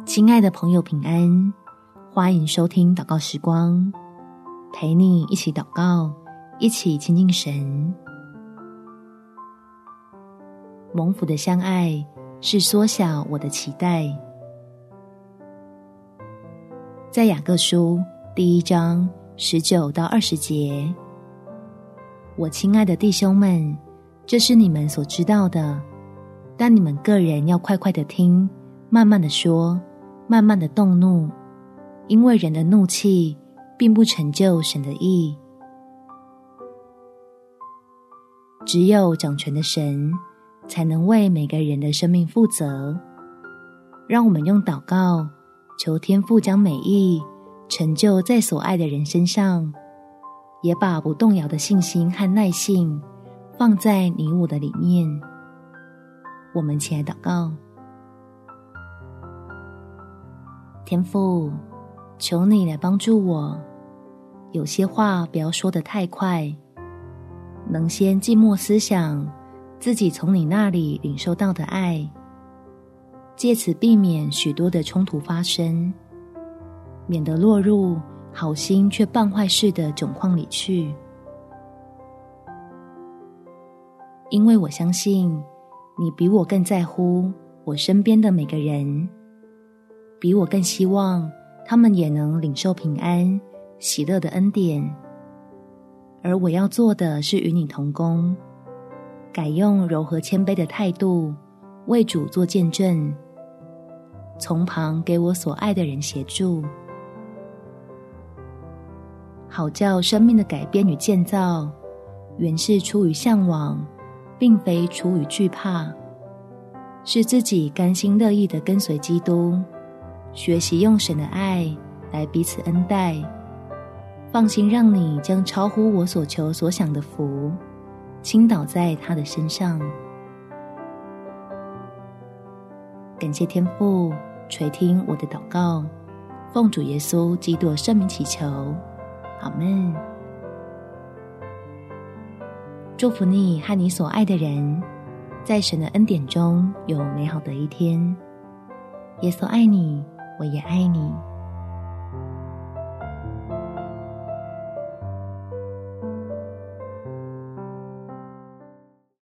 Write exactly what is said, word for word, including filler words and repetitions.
亲爱的朋友平安，欢迎收听祷告时光，陪你一起祷告，一起亲近神。蒙福的相爱是缩小我的期待。在雅各书第一章十九到二十节，我亲爱的弟兄们，这是你们所知道的，但你们个人要快快的听，慢慢的说，慢慢的动怒，因为人的怒气并不成就神的义。只有掌权的神才能为每个人的生命负责。让我们用祷告求天父将美意成就在所爱的人身上，也把不动摇的信心和耐性放在你我的里面。我们起来祷告。天父，求你来帮助我，有些话不要说得太快，能先静默思想自己从你那里领受到的爱，借此避免许多的冲突发生，免得落入好心却办坏事的窘况里去。因为我相信你比我更在乎我身边的每个人，比我更希望他们也能领受平安喜乐的恩典，而我要做的是与你同工，改用柔和谦卑的态度为主做见证，从旁给我所爱的人协助，好叫生命的改变与建造原是出于向往，并非出于惧怕，是自己甘心乐意地跟随基督，学习用神的爱来彼此恩待，放心让你将超乎我所求所想的福倾倒在他的身上。感谢天父垂听我的祷告，奉主耶稣基督的圣名祈求，阿们。祝福你和你所爱的人在神的恩典中有美好的一天。耶稣爱你，我也爱你。